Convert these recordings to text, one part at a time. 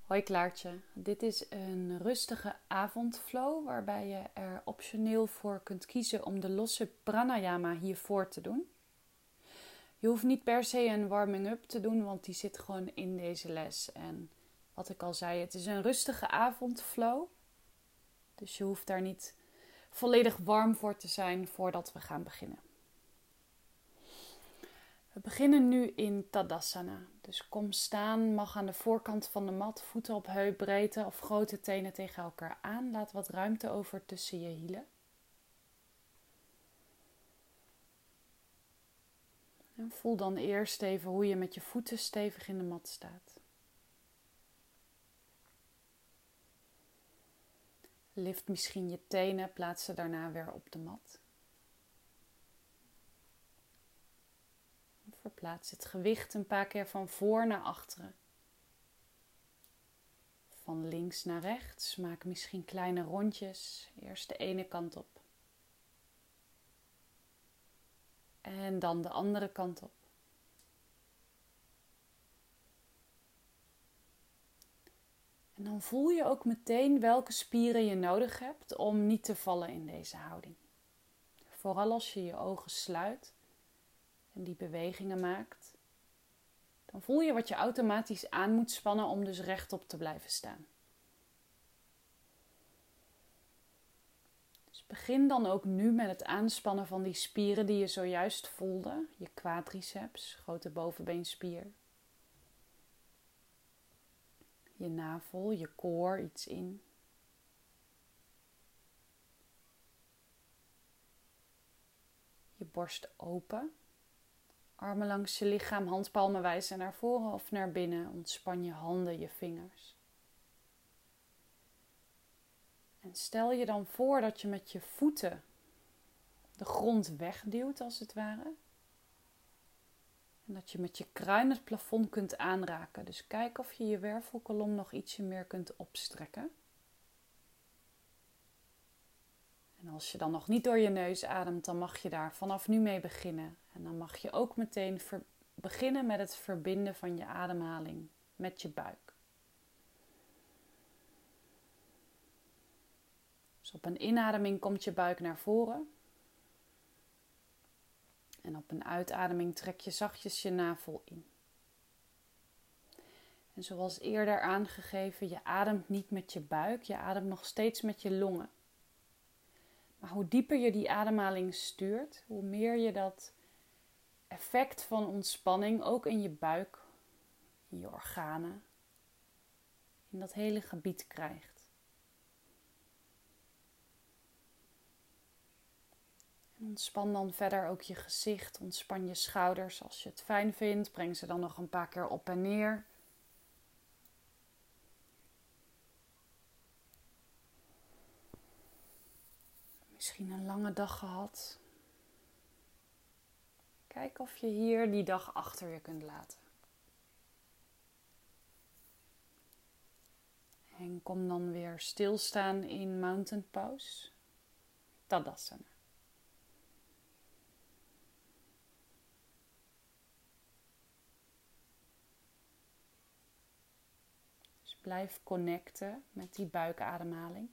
Hoi Klaartje, dit is een rustige avondflow waarbij je er optioneel voor kunt kiezen om de losse pranayama hiervoor te doen. Je hoeft niet per se een warming-up te doen, want die zit gewoon in deze les. En wat ik al zei, het is een rustige avondflow. Dus je hoeft daar niet volledig warm voor te zijn voordat we gaan beginnen. We beginnen nu in Tadasana. Dus kom staan, mag aan de voorkant van de mat, voeten op heupbreedte of grote tenen tegen elkaar aan. Laat wat ruimte over tussen je hielen. En voel dan eerst even hoe je met je voeten stevig in de mat staat. Lift misschien je tenen, plaats ze daarna weer op de mat. Verplaats het gewicht een paar keer van voor naar achteren. Van links naar rechts. Maak misschien kleine rondjes. Eerst de ene kant op. En dan de andere kant op. En dan voel je ook meteen welke spieren je nodig hebt om niet te vallen in deze houding. Vooral als je je ogen sluit en die bewegingen maakt, dan voel je wat je automatisch aan moet spannen om dus rechtop te blijven staan. Dus begin dan ook nu met het aanspannen van die spieren die je zojuist voelde. Je quadriceps, grote bovenbeenspier. Je navel, je core, iets in. Je borst open. Armen langs je lichaam, handpalmen wijzen naar voren of naar binnen. Ontspan je handen, je vingers. En stel je dan voor dat je met je voeten de grond wegduwt als het ware. En dat je met je kruin het plafond kunt aanraken. Dus kijk of je je wervelkolom nog ietsje meer kunt opstrekken. En als je dan nog niet door je neus ademt, dan mag je daar vanaf nu mee beginnen. En dan mag je ook meteen beginnen met het verbinden van je ademhaling met je buik. Dus op een inademing komt je buik naar voren. En op een uitademing trek je zachtjes je navel in. En zoals eerder aangegeven, je ademt niet met je buik, je ademt nog steeds met je longen. Maar hoe dieper je die ademhaling stuurt, hoe meer je dat effect van ontspanning ook in je buik, in je organen, in dat hele gebied krijgt. En ontspan dan verder ook je gezicht, ontspan je schouders als je het fijn vindt. Breng ze dan nog een paar keer op en neer. Misschien een lange dag gehad. Kijk of je hier die dag achter je kunt laten. En kom dan weer stilstaan in Mountain Pose, Tadasana. Dus blijf connecten met die buikademhaling.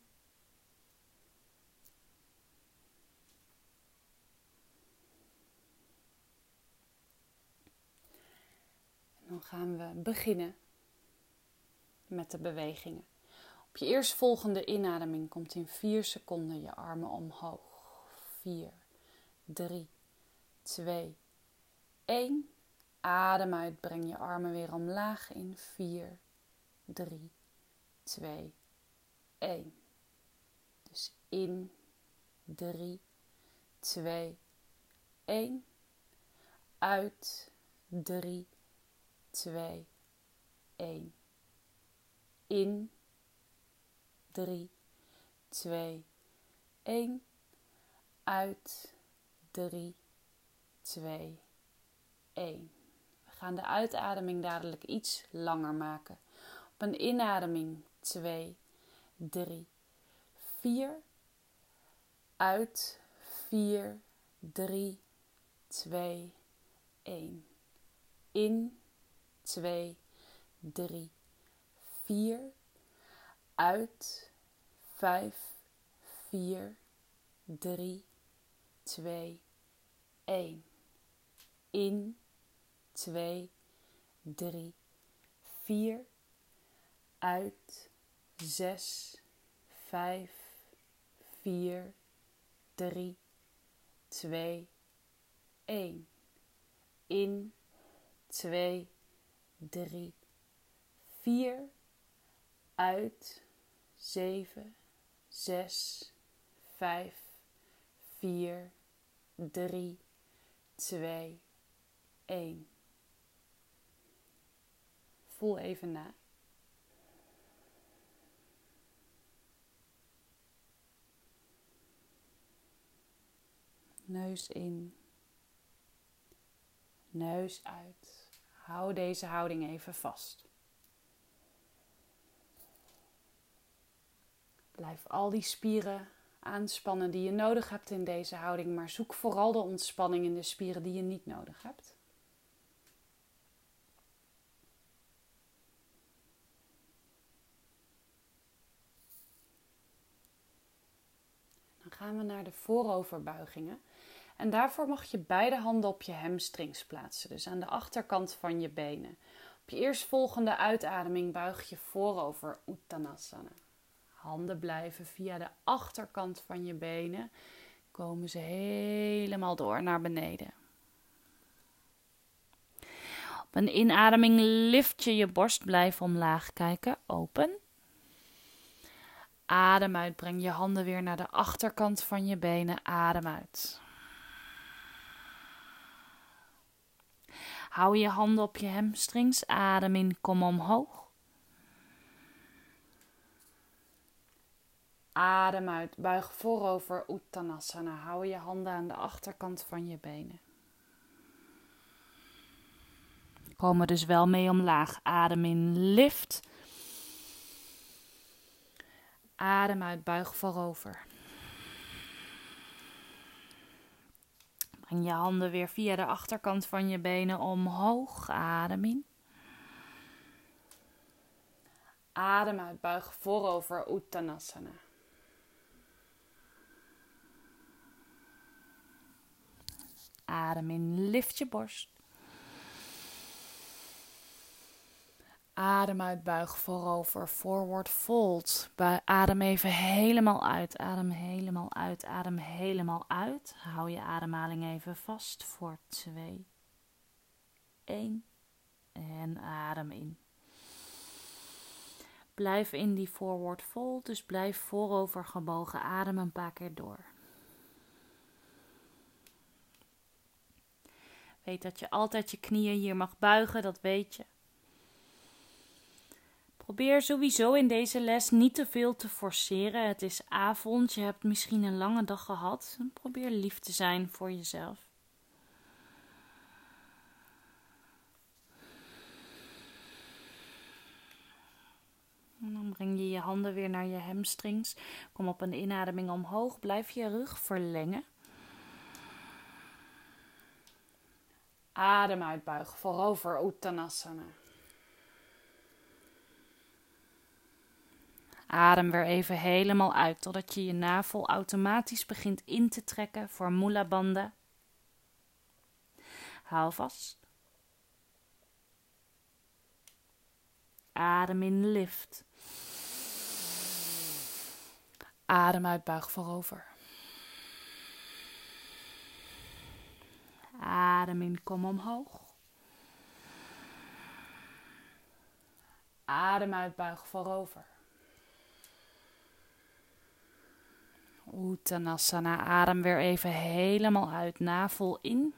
Dan gaan we beginnen met de bewegingen. Op je eerstvolgende inademing komt in 4 seconden je armen omhoog. 4, 3, 2, 1. Adem uit, breng je armen weer omlaag in 4, 3, 2, 1. Dus in 3, 2, 1. Uit 3, 2, 1. In 3, 2, 1. Uit 3, 2, 1. We gaan de uitademing dadelijk iets langer maken. Op een inademing 2, 3, 4. Uit 4, 3, 2, 1. In 2, 3, 4, uit, 5, 4, 3, 2, 1. In, 2, 3, 4, uit, 6, 5, 4, 3, 2, 1. In, 2, 3, 4, uit, 7, 6, 5, 4, 3, 2, 1. Voel even na. Neus in, neus uit. Hou deze houding even vast. Blijf al die spieren aanspannen die je nodig hebt in deze houding, maar zoek vooral de ontspanning in de spieren die je niet nodig hebt. Dan gaan we naar de vooroverbuigingen. En daarvoor mag je beide handen op je hamstrings plaatsen, dus aan de achterkant van je benen. Op je eerstvolgende uitademing buig je voorover, Uttanasana. Handen blijven via de achterkant van je benen, komen ze helemaal door naar beneden. Op een inademing lift je je borst, blijf omlaag kijken, open. Adem uit, breng je handen weer naar de achterkant van je benen, adem uit. Hou je handen op je hamstrings, adem in, kom omhoog. Adem uit, buig voorover, Uttanasana. Hou je handen aan de achterkant van je benen. Kom er dus wel mee omlaag. Adem in, lift. Adem uit, buig voorover. Breng je handen weer via de achterkant van je benen omhoog. Adem in. Adem uit, buig voorover, Uttanasana. Adem in, lift je borst. Adem uit, buig voorover, forward fold. Adem even helemaal uit, adem helemaal uit, adem helemaal uit. Hou je ademhaling even vast voor 2, 1 en adem in. Blijf in die forward fold, dus blijf voorover gebogen, adem een paar keer door. Weet dat je altijd je knieën hier mag buigen, dat weet je. Probeer sowieso in deze les niet te veel te forceren. Het is avond, je hebt misschien een lange dag gehad. Probeer lief te zijn voor jezelf. En dan breng je je handen weer naar je hamstrings. Kom op een inademing omhoog, blijf je rug verlengen. Adem uit, buig voorover, Uttanasana. Adem weer even helemaal uit, totdat je je navel automatisch begint in te trekken voor Mula Bandha. Hou vast. Adem in, lift. Adem uit, buig voorover. Adem in, kom omhoog. Adem uit, buig voorover. Uttanasana, adem weer even helemaal uit, navel in.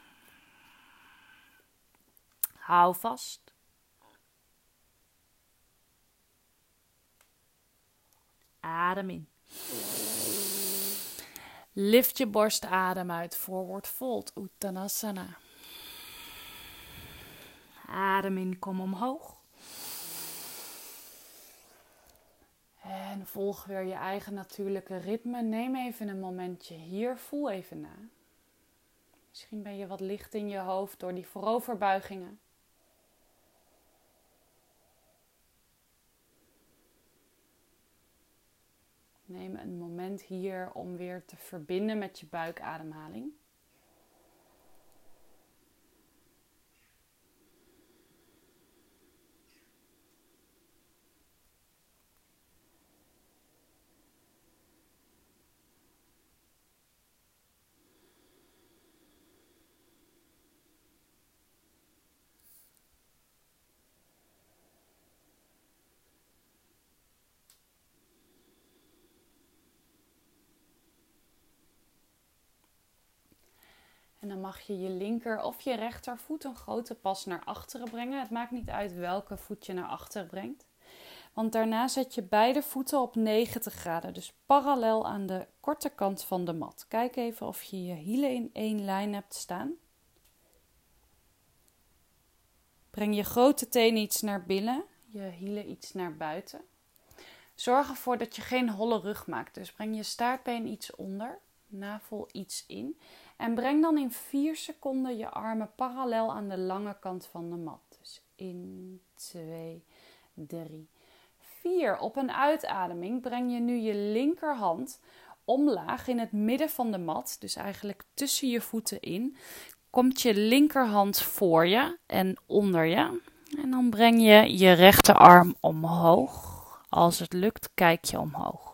Hou vast. Adem in. Lift je borst, adem uit, forward fold, Uttanasana. Adem in, kom omhoog. En volg weer je eigen natuurlijke ritme. Neem even een momentje hier, voel even na. Misschien ben je wat licht in je hoofd door die vooroverbuigingen. neem een moment hier om weer te verbinden met je buikademhaling. En dan mag je je linker of je rechtervoet een grote pas naar achteren brengen. Het maakt niet uit welke voet je naar achteren brengt. Want daarna zet je beide voeten op 90 graden. Dus parallel aan de korte kant van de mat. Kijk even of je je hielen in één lijn hebt staan. Breng je grote tenen iets naar binnen. Je hielen iets naar buiten. Zorg ervoor dat je geen holle rug maakt. Dus breng je staartbeen iets onder. Navel iets in. En breng dan in 4 seconden je armen parallel aan de lange kant van de mat. Dus in, 2, 3, 4. Op een uitademing breng je nu je linkerhand omlaag in het midden van de mat. Dus eigenlijk tussen je voeten in. Komt je linkerhand voor je en onder je. En dan breng je je rechterarm omhoog. Als het lukt, kijk je omhoog.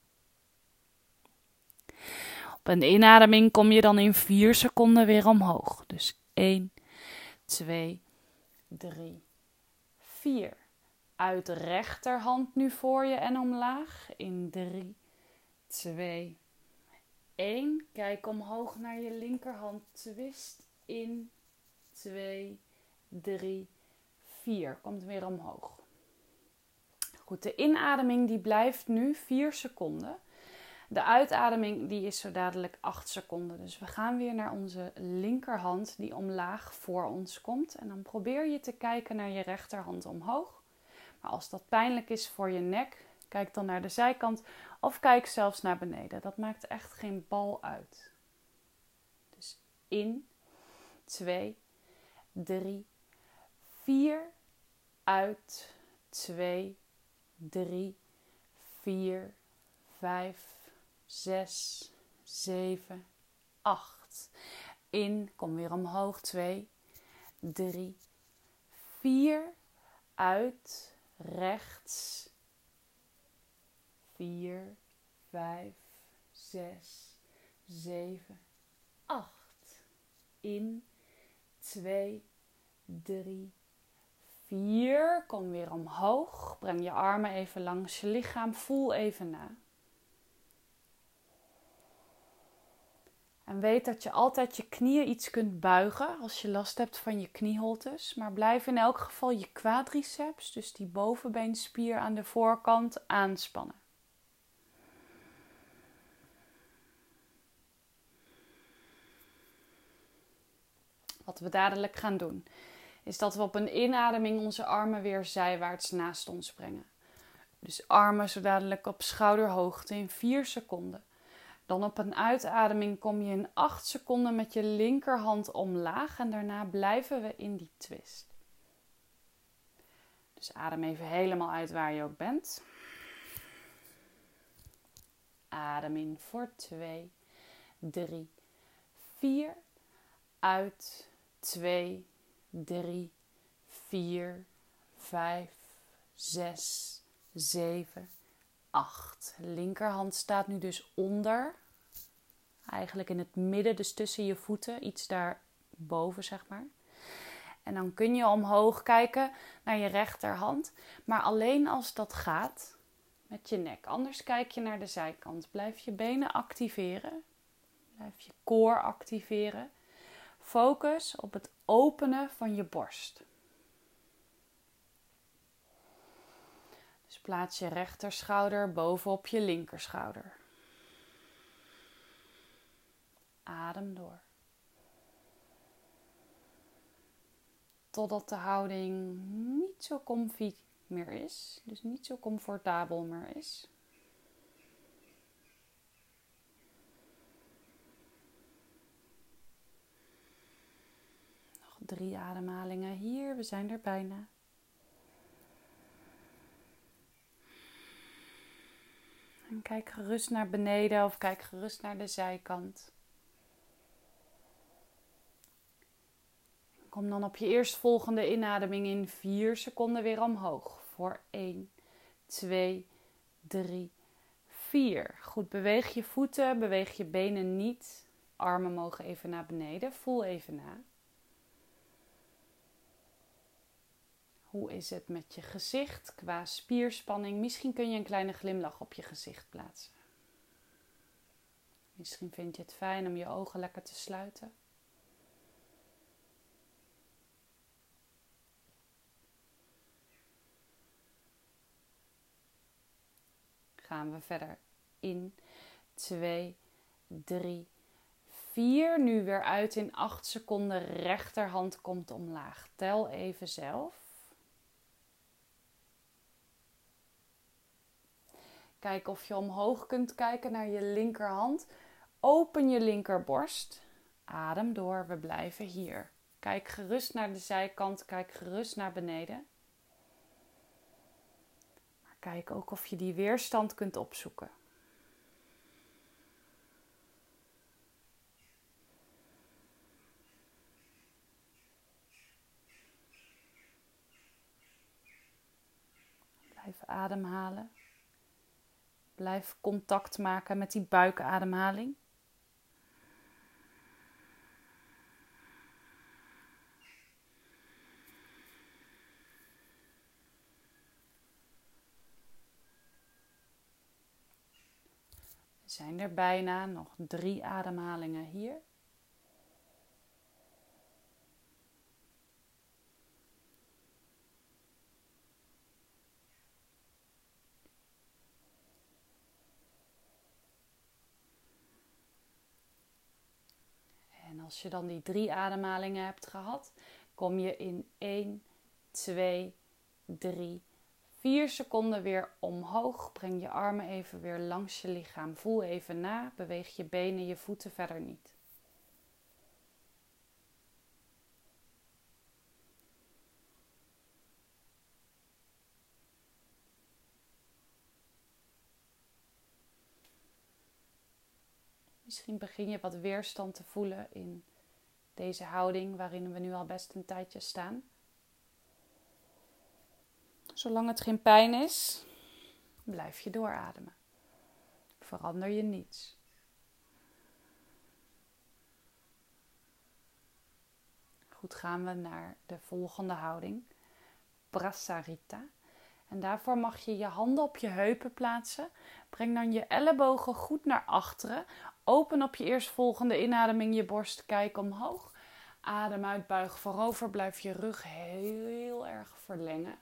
Op een inademing kom je dan in 4 seconden weer omhoog. Dus 1, 2, 3, 4. Uit de rechterhand nu voor je en omlaag. In 3, 2, 1. Kijk omhoog naar je linkerhand. Twist. In 2, 3, 4. Komt weer omhoog. Goed, de inademing die blijft nu 4 seconden. De uitademing die is zo dadelijk 8 seconden. Dus we gaan weer naar onze linkerhand die omlaag voor ons komt. En dan probeer je te kijken naar je rechterhand omhoog. Maar als dat pijnlijk is voor je nek, kijk dan naar de zijkant of kijk zelfs naar beneden. Dat maakt echt geen bal uit. Dus in, 2, 3, 4. Uit, 2, 3, 4, 5, 6, 7, 8. In, kom weer omhoog. 2, 3, 4. Uit, rechts. 4, 5, 6, 7, 8. In, 2, 3, 4. Kom weer omhoog. Breng je armen even langs je lichaam. Voel even na. En weet dat je altijd je knieën iets kunt buigen als je last hebt van je knieholtes. Maar blijf in elk geval je quadriceps, dus die bovenbeenspier aan de voorkant, aanspannen. Wat we dadelijk gaan doen, is dat we op een inademing onze armen weer zijwaarts naast ons brengen. Dus armen zo dadelijk op schouderhoogte in 4 seconden. Dan op een uitademing kom je in 8 seconden met je linkerhand omlaag en daarna blijven we in die twist. Dus adem even helemaal uit waar je ook bent. Adem in voor 2, 3, 4. Uit 2, 3, 4, 5, 6, 7, 8. Linkerhand staat nu dus onder. Eigenlijk in het midden, dus tussen je voeten. Iets daarboven, zeg maar. En dan kun je omhoog kijken naar je rechterhand. Maar alleen als dat gaat met je nek. Anders kijk je naar de zijkant. Blijf je benen activeren. Blijf je core activeren. Focus op het openen van je borst. Dus plaats je rechterschouder bovenop je linkerschouder. Adem door. Totdat de houding niet zo comfy meer is. Dus niet zo comfortabel meer is. Nog 3 ademhalingen hier. We zijn er bijna. En kijk gerust naar beneden of kijk gerust naar de zijkant. Kom dan op je eerstvolgende inademing in 4 seconden weer omhoog. Voor 1, 2, 3, 4. Goed, beweeg je voeten, beweeg je benen niet. Armen mogen even naar beneden. Voel even na. Hoe is het met je gezicht qua spierspanning? Misschien kun je een kleine glimlach op je gezicht plaatsen. Misschien vind je het fijn om je ogen lekker te sluiten. Gaan we verder in 2, 3, 4. Nu weer uit in 8 seconden. Rechterhand komt omlaag. Tel even zelf. Kijk of je omhoog kunt kijken naar je linkerhand. Open je linkerborst. Adem door, we blijven hier. Kijk gerust naar de zijkant, kijk gerust naar beneden. Maar kijk ook of je die weerstand kunt opzoeken. Blijf ademhalen. Blijf contact maken met die buikademhaling. We zijn er bijna, nog 3 ademhalingen hier. En als je dan die 3 ademhalingen hebt gehad, kom je in 1, 2, 3, 4 seconden weer omhoog. Breng je armen even weer langs je lichaam. Voel even na. Beweeg je benen, je voeten verder niet. Misschien begin je wat weerstand te voelen in deze houding waarin we nu al best een tijdje staan. Zolang het geen pijn is, blijf je doorademen. Verander je niets. Goed, gaan we naar de volgende houding. Prasarita. En daarvoor mag je je handen op je heupen plaatsen. Breng dan je ellebogen goed naar achteren. Open op je eerstvolgende inademing je borst. Kijk omhoog. Adem uit, buig voorover. Blijf je rug heel erg verlengen.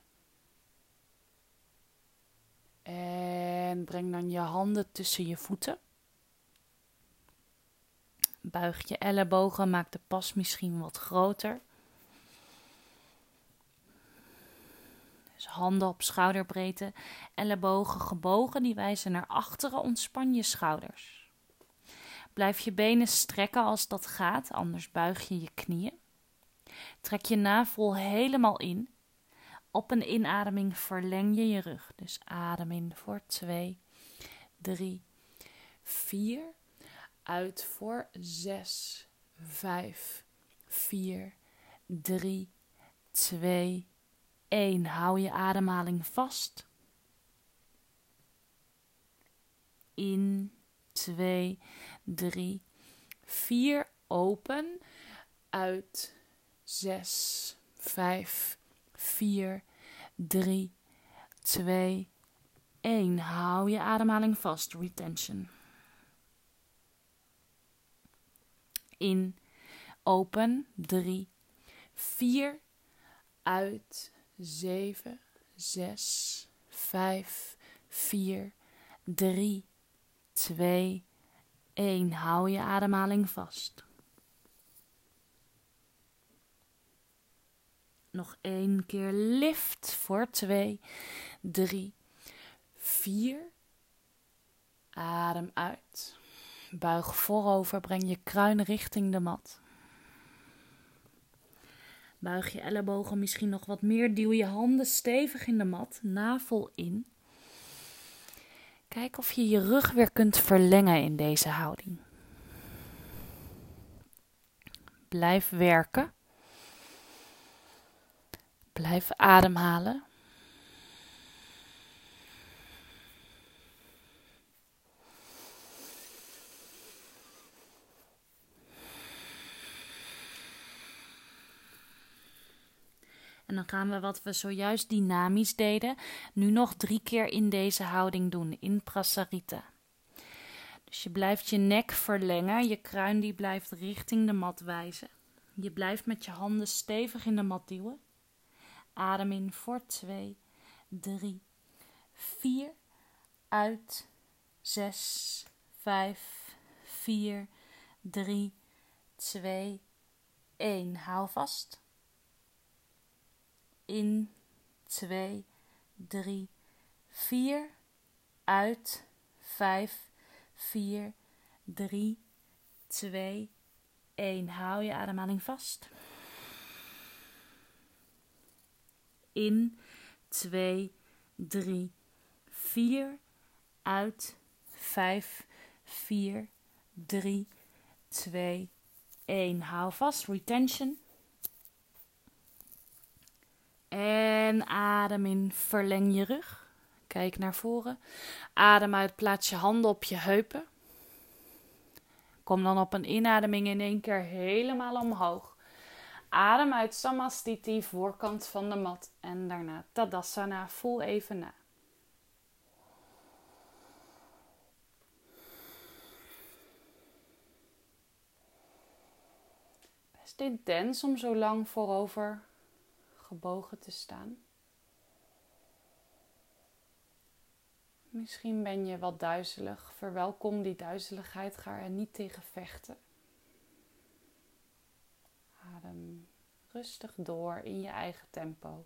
En breng dan je handen tussen je voeten. Buig je ellebogen. Maak de pas misschien wat groter. Dus handen op schouderbreedte, ellebogen gebogen, die wijzen naar achteren. Ontspan je schouders. Blijf je benen strekken als dat gaat, anders buig je je knieën. Trek je navel helemaal in. Op een inademing verleng je je rug. Dus adem in voor 2, 3, 4. Uit voor 6, 5, 4, 3, 2, 1. Hou je ademhaling vast. In 2, 3, 4. Open. Uit 6, 5, 4, 3, 2, 1. Hou je ademhaling vast. Retention. In. Open. 3, 4. Uit 7, 6, 5, 4, 3, 2, 1. Hou je ademhaling vast. Nog 1 keer lift voor 2, 3, 4. Adem uit. Buig voorover, breng je kruin richting de mat. Buig je ellebogen misschien nog wat meer. Duw je handen stevig in de mat. Navel in. Kijk of je je rug weer kunt verlengen in deze houding. Blijf werken. Blijf ademhalen. En dan gaan we wat we zojuist dynamisch deden, nu nog 3 keer in deze houding doen, in Prasarita. Dus je blijft je nek verlengen, je kruin die blijft richting de mat wijzen. Je blijft met je handen stevig in de mat duwen. Adem in voor 2, 3, 4, uit, 6, 5, 4, 3, 2, 1. Hou vast. In, 2, 3, 4, uit, 5, 4, 3, 2, 1. Hou je ademhaling vast. In, 2, 3, 4, uit, 5, 4, 3, 2, 1. Hou vast, retention. En adem in, verleng je rug. Kijk naar voren. Adem uit, plaats je handen op je heupen. Kom dan op een inademing in 1 keer helemaal omhoog. Adem uit, Samastiti, voorkant van de mat. En daarna Tadasana, voel even na. Best intens om zo lang voorover gebogen te staan. Misschien ben je wat duizelig. Verwelkom die duizeligheid. Ga er niet tegen vechten. Adem rustig door in je eigen tempo.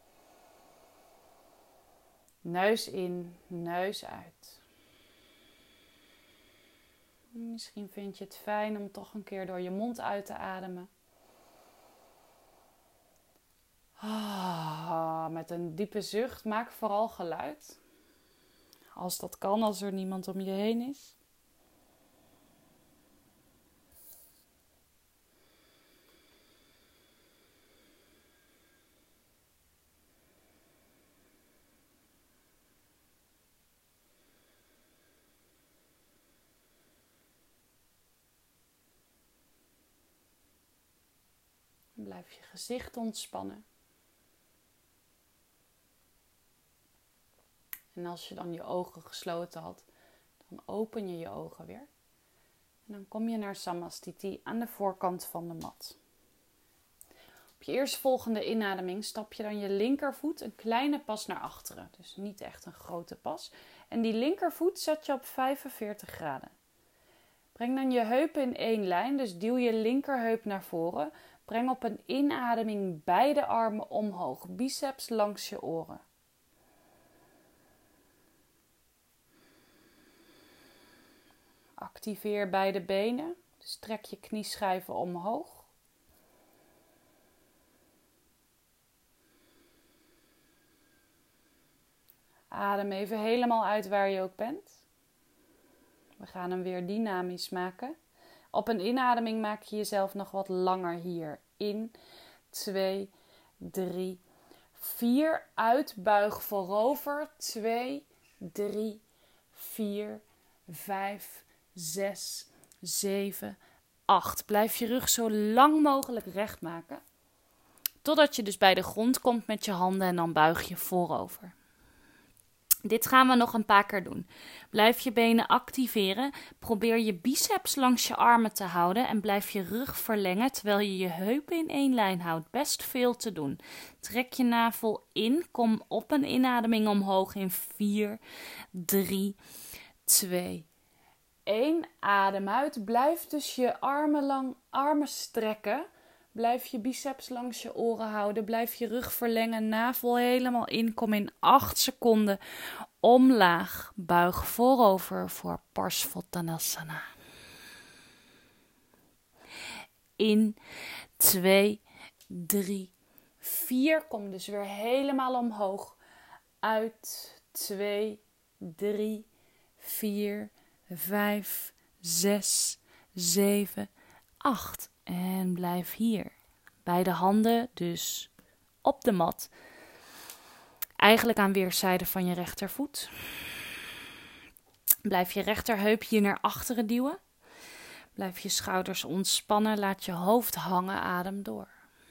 Neus in, neus uit. Misschien vind je het fijn om toch een keer door je mond uit te ademen. Met een diepe zucht, maak vooral geluid. Als dat kan, als er niemand om je heen is. Blijf je gezicht ontspannen. En als je dan je ogen gesloten had, dan open je je ogen weer. En dan kom je naar Samastiti aan de voorkant van de mat. Op je eerstvolgende inademing stap je dan je linkervoet een kleine pas naar achteren. Dus niet echt een grote pas. En die linkervoet zet je op 45 graden. Breng dan je heupen in 1 lijn, dus duw je linkerheup naar voren. Breng op een inademing beide armen omhoog, biceps langs je oren. Activeer beide benen, dus trek je knieschijven omhoog. Adem even helemaal uit waar je ook bent. We gaan hem weer dynamisch maken. Op een inademing maak je jezelf nog wat langer hier. In, 2, 3, 4. Uitbuig voorover. 2, 3, 4, 5, 6, 7, 8. Blijf je rug zo lang mogelijk recht maken. Totdat je dus bij de grond komt met je handen en dan buig je voorover. Dit gaan we nog een paar keer doen. Blijf je benen activeren. Probeer je biceps langs je armen te houden. En blijf je rug verlengen terwijl je je heupen in 1 lijn houdt. Best veel te doen. Trek je navel in. Kom op een inademing omhoog in 4, 3, 2, 1. Adem uit. Blijf dus je armen strekken. Blijf je biceps langs je oren houden. Blijf je rug verlengen. Navel helemaal in. Kom in 8 seconden omlaag. Buig voorover voor Parsvottanasana. In 2, 3, 4. Kom dus weer helemaal omhoog. Uit 2, 3, 4, 5, 6, 7, 8. En blijf hier. Beide handen dus op de mat. Eigenlijk aan weerszijden van je rechtervoet. Blijf je rechterheup hier naar achteren duwen. Blijf je schouders ontspannen. Laat je hoofd hangen. Adem door.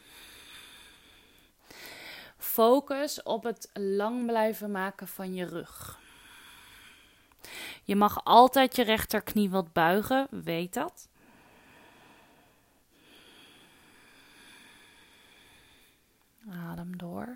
Focus op het lang blijven maken van je rug. Je mag altijd je rechterknie wat buigen. Weet dat. Adem door.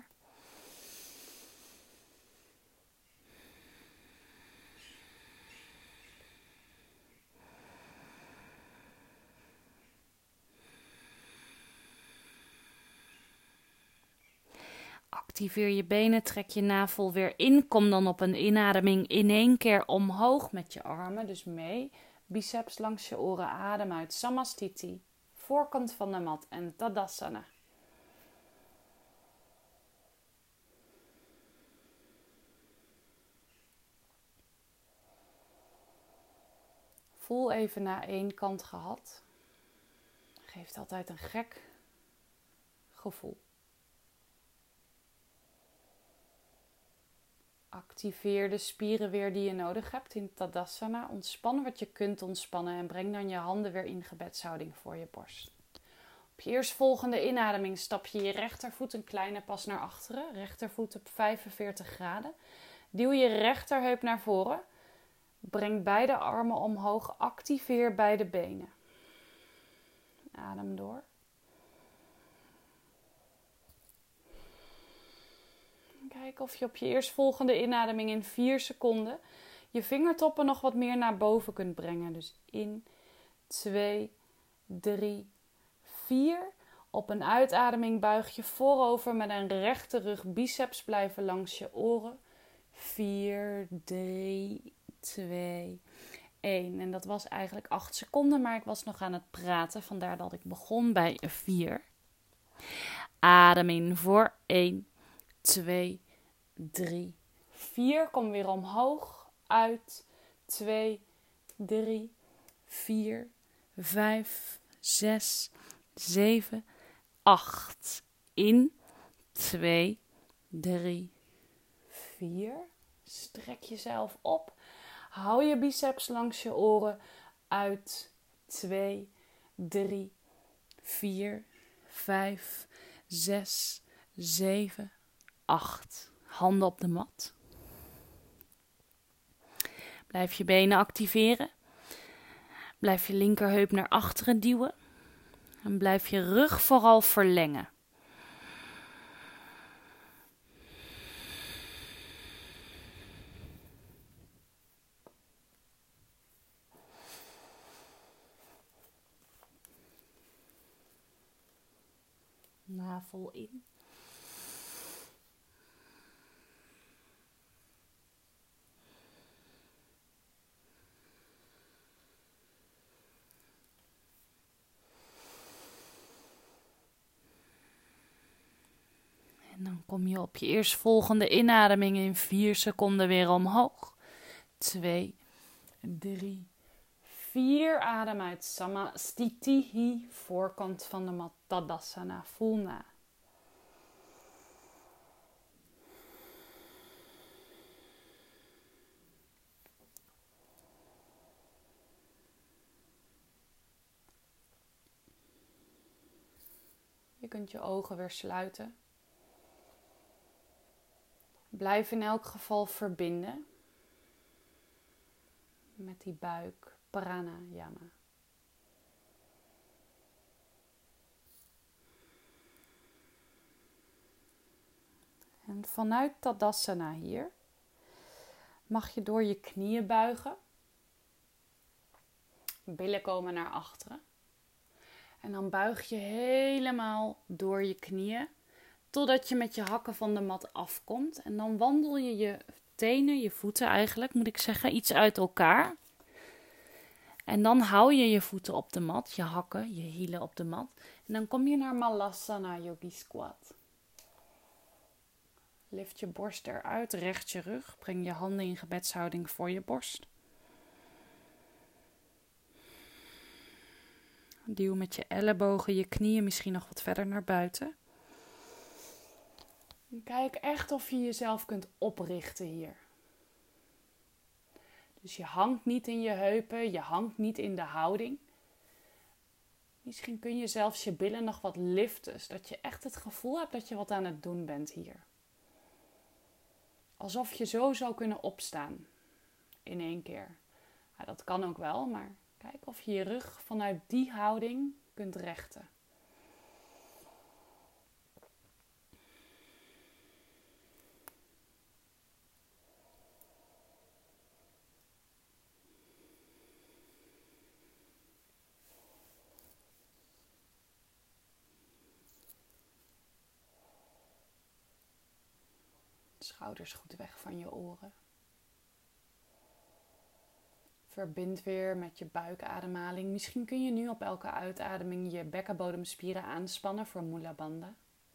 Activeer je benen, trek je navel weer in. Kom dan op een inademing in 1 keer omhoog met je armen. Dus mee. Biceps langs je oren. Adem uit. Samastiti. Voorkant van de mat en Tadasana. Voel even naar 1 kant gehad. Geeft altijd een gek gevoel. Activeer de spieren weer die je nodig hebt in Tadasana. Ontspan wat je kunt ontspannen en breng dan je handen weer in gebedshouding voor je borst. Op je eerstvolgende inademing stap je je rechtervoet een kleine pas naar achteren. Rechtervoet op 45 graden. Duw je rechterheup naar voren. Breng beide armen omhoog. Activeer beide benen. Adem door. Kijk of je op je eerstvolgende inademing in 4 seconden je vingertoppen nog wat meer naar boven kunt brengen. Dus in 2, 3, 4. Op een uitademing buig je voorover met een rechte rug. Biceps blijven langs je oren. 4, 3, 2, 1. En dat was eigenlijk 8 seconden, maar ik was nog aan het praten. Vandaar dat ik begon bij 4. Adem in voor 1, 2, 3, 4. Kom weer omhoog. Uit. 2, 3, 4, 5, 6, 7, 8. In. 2, 3, 4. Strek jezelf op. Hou je biceps langs je oren. Uit. 2, 3, 4, 5, 6, 7, 8. Handen op de mat. Blijf je benen activeren. Blijf je linkerheup naar achteren duwen. En blijf je rug vooral verlengen. Navel in. En dan kom je op je eerstvolgende inademing in 4 seconden weer omhoog. 2, 3, 4. Adem uit. Samastiti. Voorkant van de mat. Tadasana. Voel na. Je kunt je ogen weer sluiten. Blijf in elk geval verbinden met die buik, pranayama. En vanuit Tadasana hier mag je door je knieën buigen. Billen komen naar achteren. En dan buig je helemaal door je knieën totdat je met je hakken van de mat afkomt. En dan wandel je je tenen, je voeten eigenlijk, moet ik zeggen, iets uit elkaar. En dan hou je je voeten op de mat, je hakken, je hielen op de mat. En dan kom je naar Malasana Yogi Squat. Lift je borst eruit, recht je rug. Breng je handen in gebedshouding voor je borst. Duw met je ellebogen, je knieën misschien nog wat verder naar buiten. En kijk echt of je jezelf kunt oprichten hier. Dus je hangt niet in je heupen, je hangt niet in de houding. Misschien kun je zelfs je billen nog wat liften, zodat je echt het gevoel hebt dat je wat aan het doen bent hier. Alsof je zo zou kunnen opstaan in één keer. Ja, dat kan ook wel, maar kijk of je je rug vanuit die houding kunt rechten. Schouders goed weg van je oren. Verbind weer met je buikademhaling. Misschien kun je nu op elke uitademing je bekkenbodemspieren aanspannen voor Mula Bandha.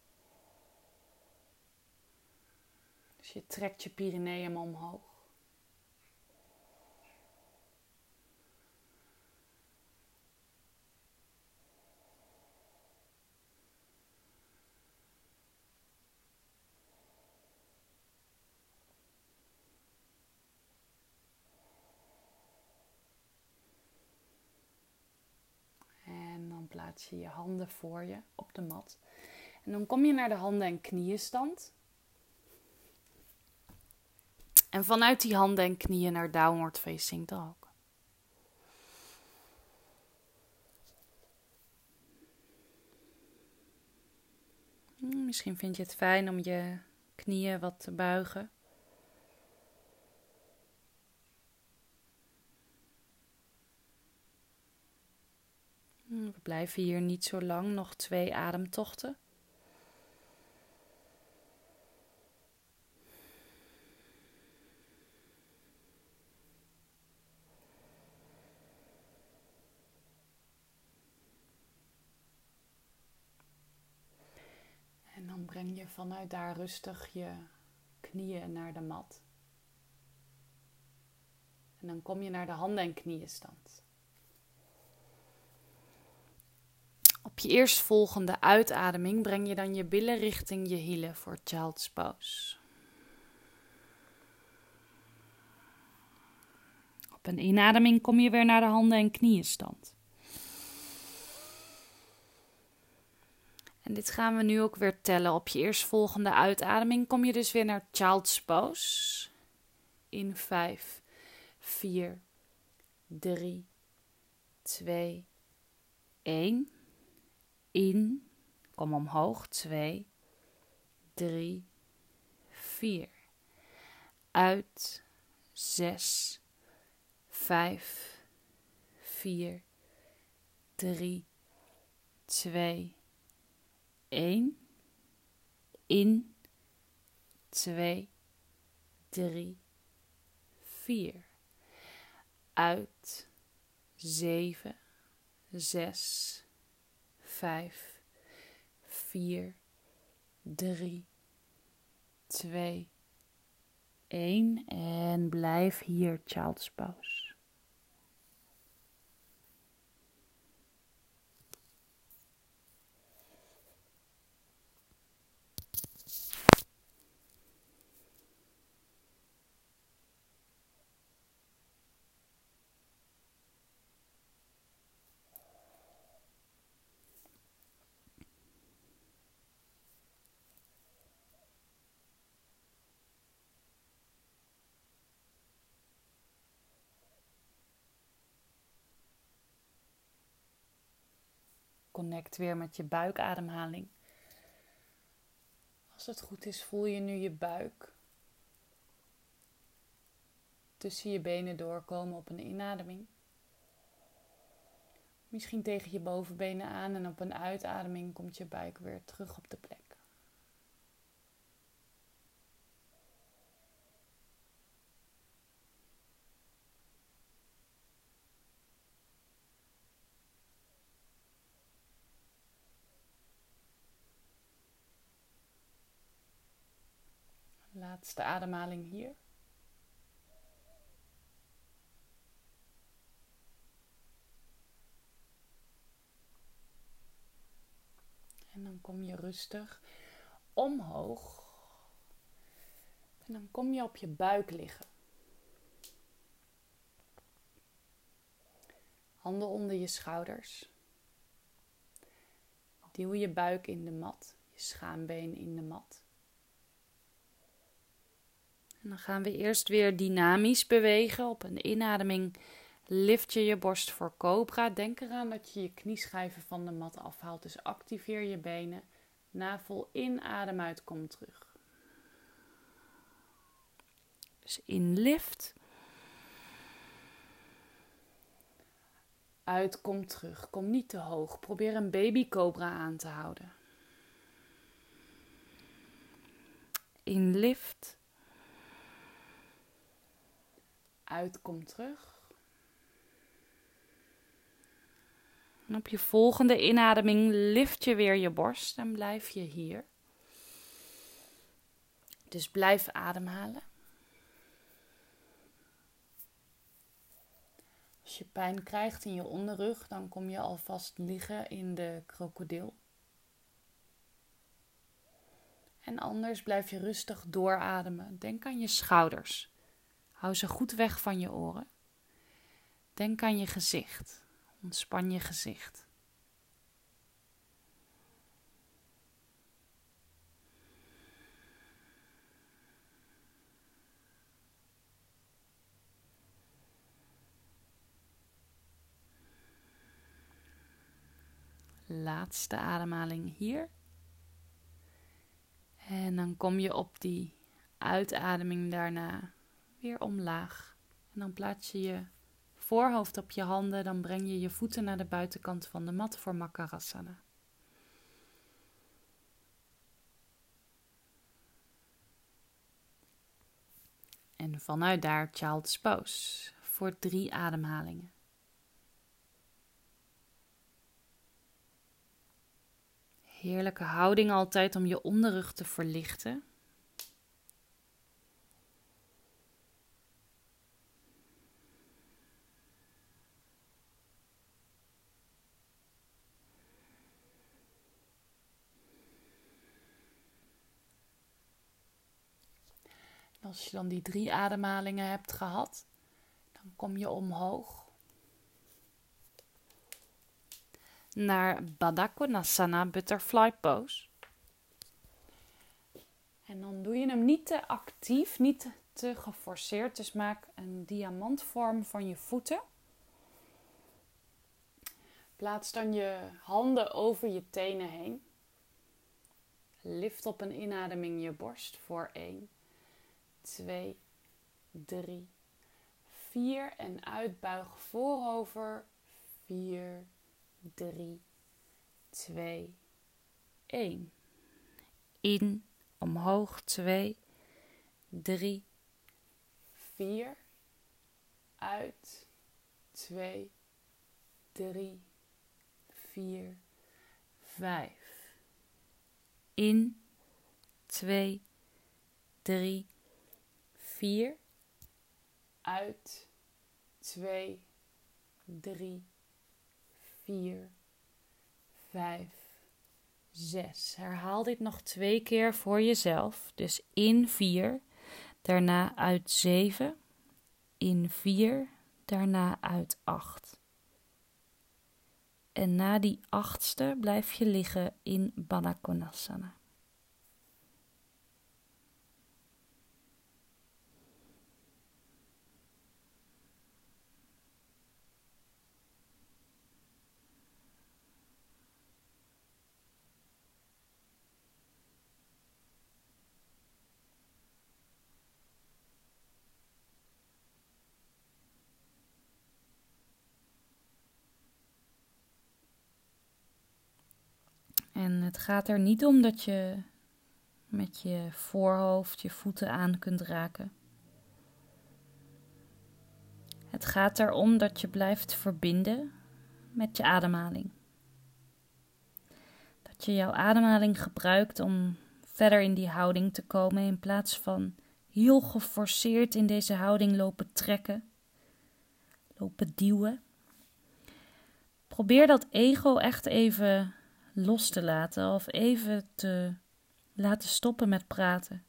Dus je trekt je perineum omhoog. En dan plaats je je handen voor je op de mat. En dan kom je naar de handen- en knieënstand. En vanuit die handen en knieën naar Downward Facing Dog. Misschien vind je het fijn om je knieën wat te buigen. We blijven hier niet zo lang, nog 2 ademtochten. En dan breng je vanuit daar rustig je knieën naar de mat. En dan kom je naar de handen- en knieënstand. Op je eerstvolgende uitademing breng je dan je billen richting je hielen voor Child's Pose. Op een inademing kom je weer naar de handen- en knieënstand. En dit gaan we nu ook weer tellen. Op je eerstvolgende uitademing kom je dus weer naar Child's Pose. In 5, 4, 3, 2, 1. In, kom omhoog, 2, 3, 4. Uit, 6, 5, 4, 3, 2, 1. In, 2, 3, 4. Uit, 7, 6, 5, 4, 3, 2, 1. En blijf hier, Child's Pose. Connect weer met je buikademhaling. Als het goed is, voel je nu je buik tussen je benen doorkomen op een inademing. Misschien tegen je bovenbenen aan en op een uitademing komt je buik weer terug op de plek. Laatste ademhaling hier. Dan kom je rustig omhoog. En dan kom je op je buik liggen. Handen onder je schouders. Duw je buik in de mat, je schaambeen in de mat. En dan gaan we eerst weer dynamisch bewegen. Op een inademing lift je je borst voor cobra. Denk eraan dat je je knieschijven van de mat afhaalt. Dus activeer je benen. Navel in, adem uit, kom terug. Dus in lift. Uit, kom terug. Kom niet te hoog. Probeer een baby cobra aan te houden. In lift. Uit, kom terug. En op je volgende inademing lift je weer je borst en blijf je hier. Dus blijf ademhalen. Als je pijn krijgt in je onderrug, dan kom je alvast liggen in de krokodil. En anders blijf je rustig doorademen. Denk aan je schouders. Hou ze goed weg van je oren. Denk aan je gezicht. Ontspan je gezicht. Laatste ademhaling hier. En dan kom je op die uitademing daarna weer omlaag. En dan plaats je je voorhoofd op je handen. Dan breng je je voeten naar de buitenkant van de mat voor Makarasana. En vanuit daar Child's Pose voor 3 ademhalingen. Heerlijke houding altijd om je onderrug te verlichten. En als je dan die 3 ademhalingen hebt gehad, dan kom je omhoog naar Baddha Konasana Butterfly Pose. En dan doe je hem niet te actief, niet te geforceerd. Dus maak een diamantvorm van je voeten. Plaats dan je handen over je tenen heen. Lift op een inademing je borst voor 1, 2, 3, 4. En uitbuig voorover. 4, 3, 2, 1. In, omhoog, 2, 3, 4. Uit, 2, 3, 4, 5. In, 2, 3, 4. Uit, 2, 3, 4, 5, 6. Herhaal dit nog 2 keer voor jezelf. Dus in 4, daarna uit 7. In 4, daarna uit 8. En na die 8ste blijf je liggen in Baddha Konasana. En het gaat er niet om dat je met je voorhoofd je voeten aan kunt raken. Het gaat erom dat je blijft verbinden met je ademhaling. Dat je jouw ademhaling gebruikt om verder in die houding te komen in plaats van heel geforceerd in deze houding lopen trekken, lopen duwen. Probeer dat ego echt even los te laten of even te laten stoppen met praten.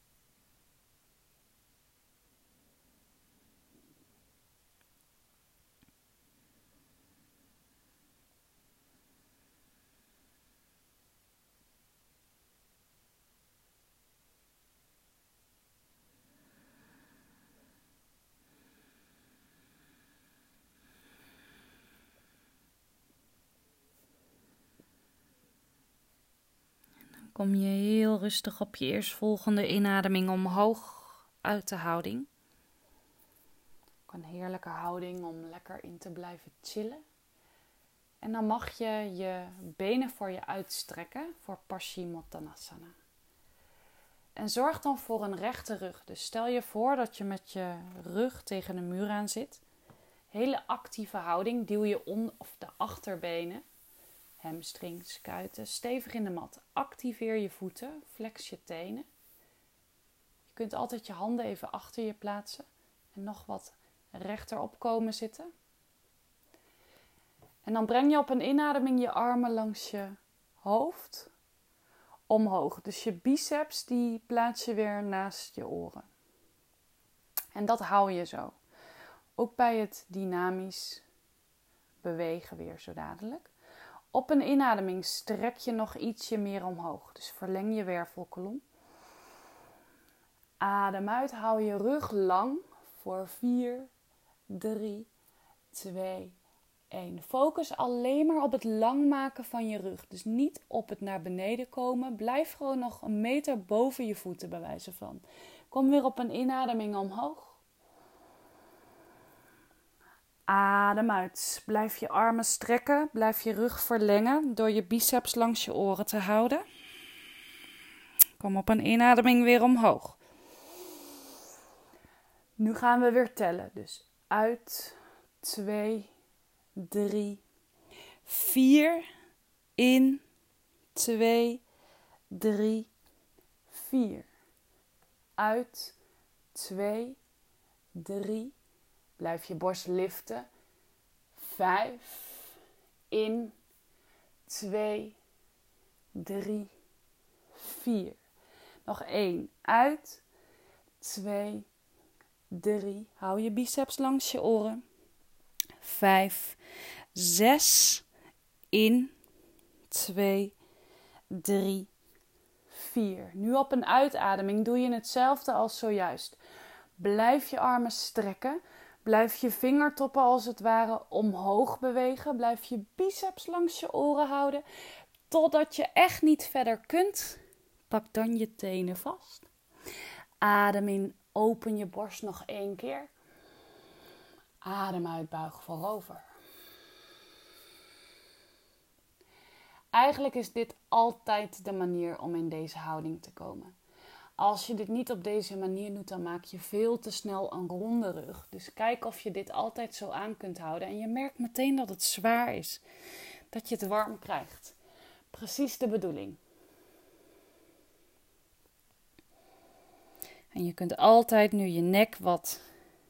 Kom je heel rustig op je eerstvolgende inademing omhoog uit de houding. Ook een heerlijke houding om lekker in te blijven chillen. En dan mag je je benen voor je uitstrekken voor Paschimottanasana. En zorg dan voor een rechte rug. Dus stel je voor dat je met je rug tegen de muur aan zit. Hele actieve houding. Duw je de achterbenen, hamstrings, kuiten, stevig in de mat. Activeer je voeten, flex je tenen. Je kunt altijd je handen even achter je plaatsen en nog wat rechterop komen zitten. En dan breng je op een inademing je armen langs je hoofd omhoog. Dus je biceps die plaats je weer naast je oren. En dat hou je zo. Ook bij het dynamisch bewegen weer zo dadelijk. Op een inademing strek je nog ietsje meer omhoog. Dus verleng je wervelkolom. Adem uit, hou je rug lang voor 4, 3, 2, 1. Focus alleen maar op het lang maken van je rug. Dus niet op het naar beneden komen. Blijf gewoon nog een meter boven je voeten bij wijze van. Kom weer op een inademing omhoog. Adem uit. Blijf je armen strekken. Blijf je rug verlengen door je biceps langs je oren te houden. Kom op een inademing weer omhoog. Nu gaan we weer tellen. Dus uit, 2, 3, 4. In, 2, 3, 4. Uit, 2, 3. Blijf je borst liften. 5. In, 2, 3, 4. Nog 1. Uit, 2, 3. Hou je biceps langs je oren. 5, 6. In, 2, 3, 4. Nu op een uitademing doe je hetzelfde als zojuist. Blijf je armen strekken. Blijf je vingertoppen als het ware omhoog bewegen. Blijf je biceps langs je oren houden. Totdat je echt niet verder kunt. Pak dan je tenen vast. Adem in, open je borst nog 1 keer. Adem uit, buig voorover. Eigenlijk is dit altijd de manier om in deze houding te komen. Als je dit niet op deze manier doet, dan maak je veel te snel een ronde rug. Dus kijk of je dit altijd zo aan kunt houden. En je merkt meteen dat het zwaar is. Dat je het warm krijgt. Precies de bedoeling. En je kunt altijd nu je nek wat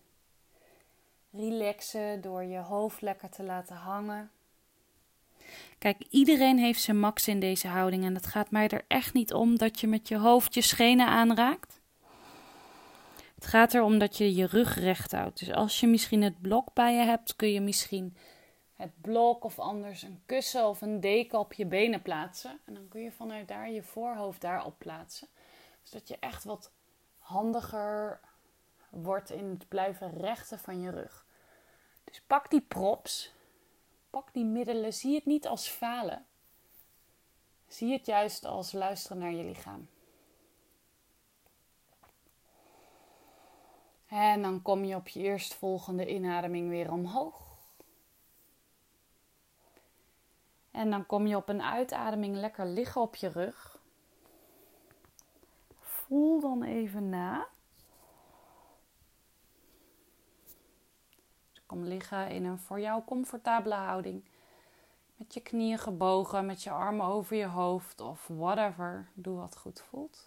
relaxen door je hoofd lekker te laten hangen. Kijk, iedereen heeft zijn max in deze houding en het gaat mij er echt niet om dat je met je hoofd je schenen aanraakt. Het gaat erom dat je je rug recht houdt. Dus als je misschien het blok bij je hebt, kun je misschien het blok of anders een kussen of een deken op je benen plaatsen. En dan kun je vanuit daar je voorhoofd daarop plaatsen. Zodat je echt wat handiger wordt in het blijven rechten van je rug. Dus pak die props. Pak die middelen. Zie het niet als falen. Zie het juist als luisteren naar je lichaam. En dan kom je op je eerstvolgende inademing weer omhoog. En dan kom je op een uitademing lekker liggen op je rug. Voel dan even na. Dus kom liggen in een voor jou comfortabele houding. Met je knieën gebogen, met je armen over je hoofd of whatever. Doe wat goed voelt.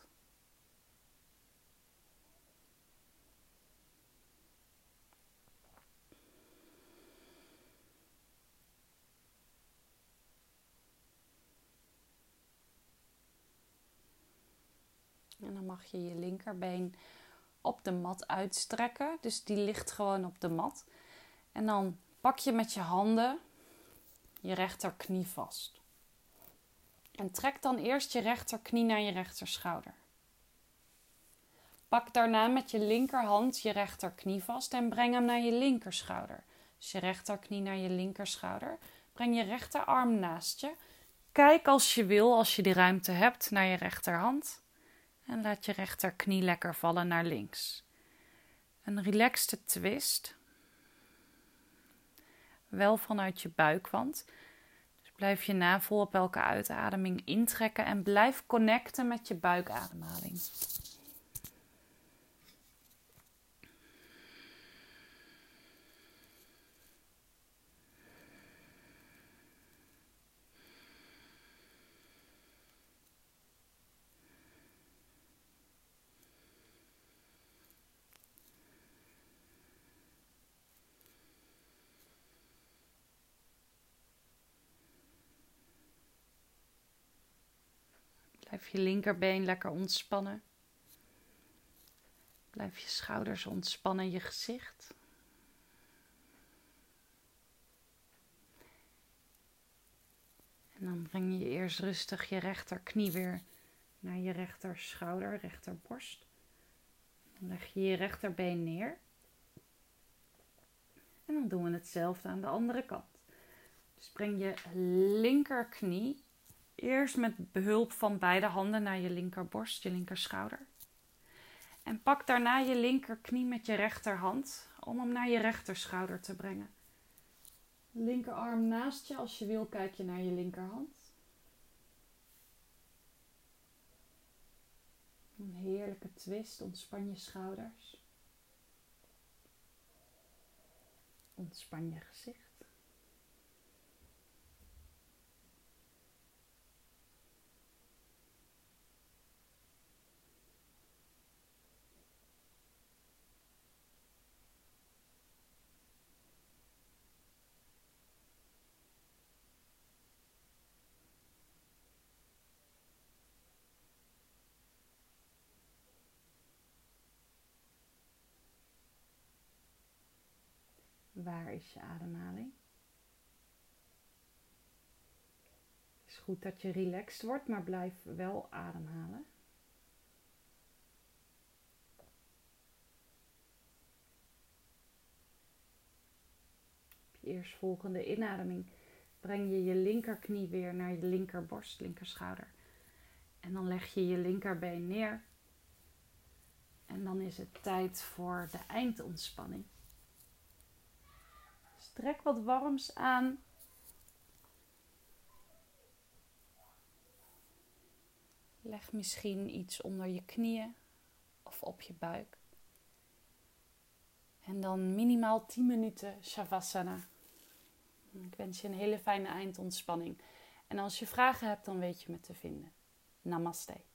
En dan mag je je linkerbeen op de mat uitstrekken. Dus die ligt gewoon op de mat. En dan pak je met je handen je rechterknie vast. En trek dan eerst je rechterknie naar je rechterschouder. Pak daarna met je linkerhand je rechterknie vast en breng hem naar je linkerschouder. Dus je rechterknie naar je linkerschouder. Breng je rechterarm naast je. Kijk als je wil, als je die ruimte hebt, naar je rechterhand. En laat je rechterknie lekker vallen naar links. Een relaxte twist. Wel vanuit je buikwand. Dus blijf je navel op elke uitademing intrekken en blijf connecten met je buikademhaling. Blijf je linkerbeen lekker ontspannen. Blijf je schouders ontspannen, je gezicht. En dan breng je eerst rustig je rechterknie weer naar je rechterschouder, rechterborst. Dan leg je je rechterbeen neer. En dan doen we hetzelfde aan de andere kant. Dus breng je linkerknie eerst met behulp van beide handen naar je linkerborst, je linkerschouder. En pak daarna je linkerknie met je rechterhand om hem naar je rechterschouder te brengen. Linkerarm naast je, als je wil kijk je naar je linkerhand. Een heerlijke twist, ontspan je schouders. Ontspan je gezicht. Waar is je ademhaling? Het is goed dat je relaxed wordt, maar blijf wel ademhalen. Op je eerstvolgende inademing breng je je linkerknie weer naar je linkerborst, linkerschouder. En dan leg je je linkerbeen neer. En dan is het tijd voor de eindontspanning. Trek wat warms aan. Leg misschien iets onder je knieën of op je buik. En dan minimaal 10 minuten Shavasana. Ik wens je een hele fijne eindontspanning. En als je vragen hebt, dan weet je me te vinden. Namaste.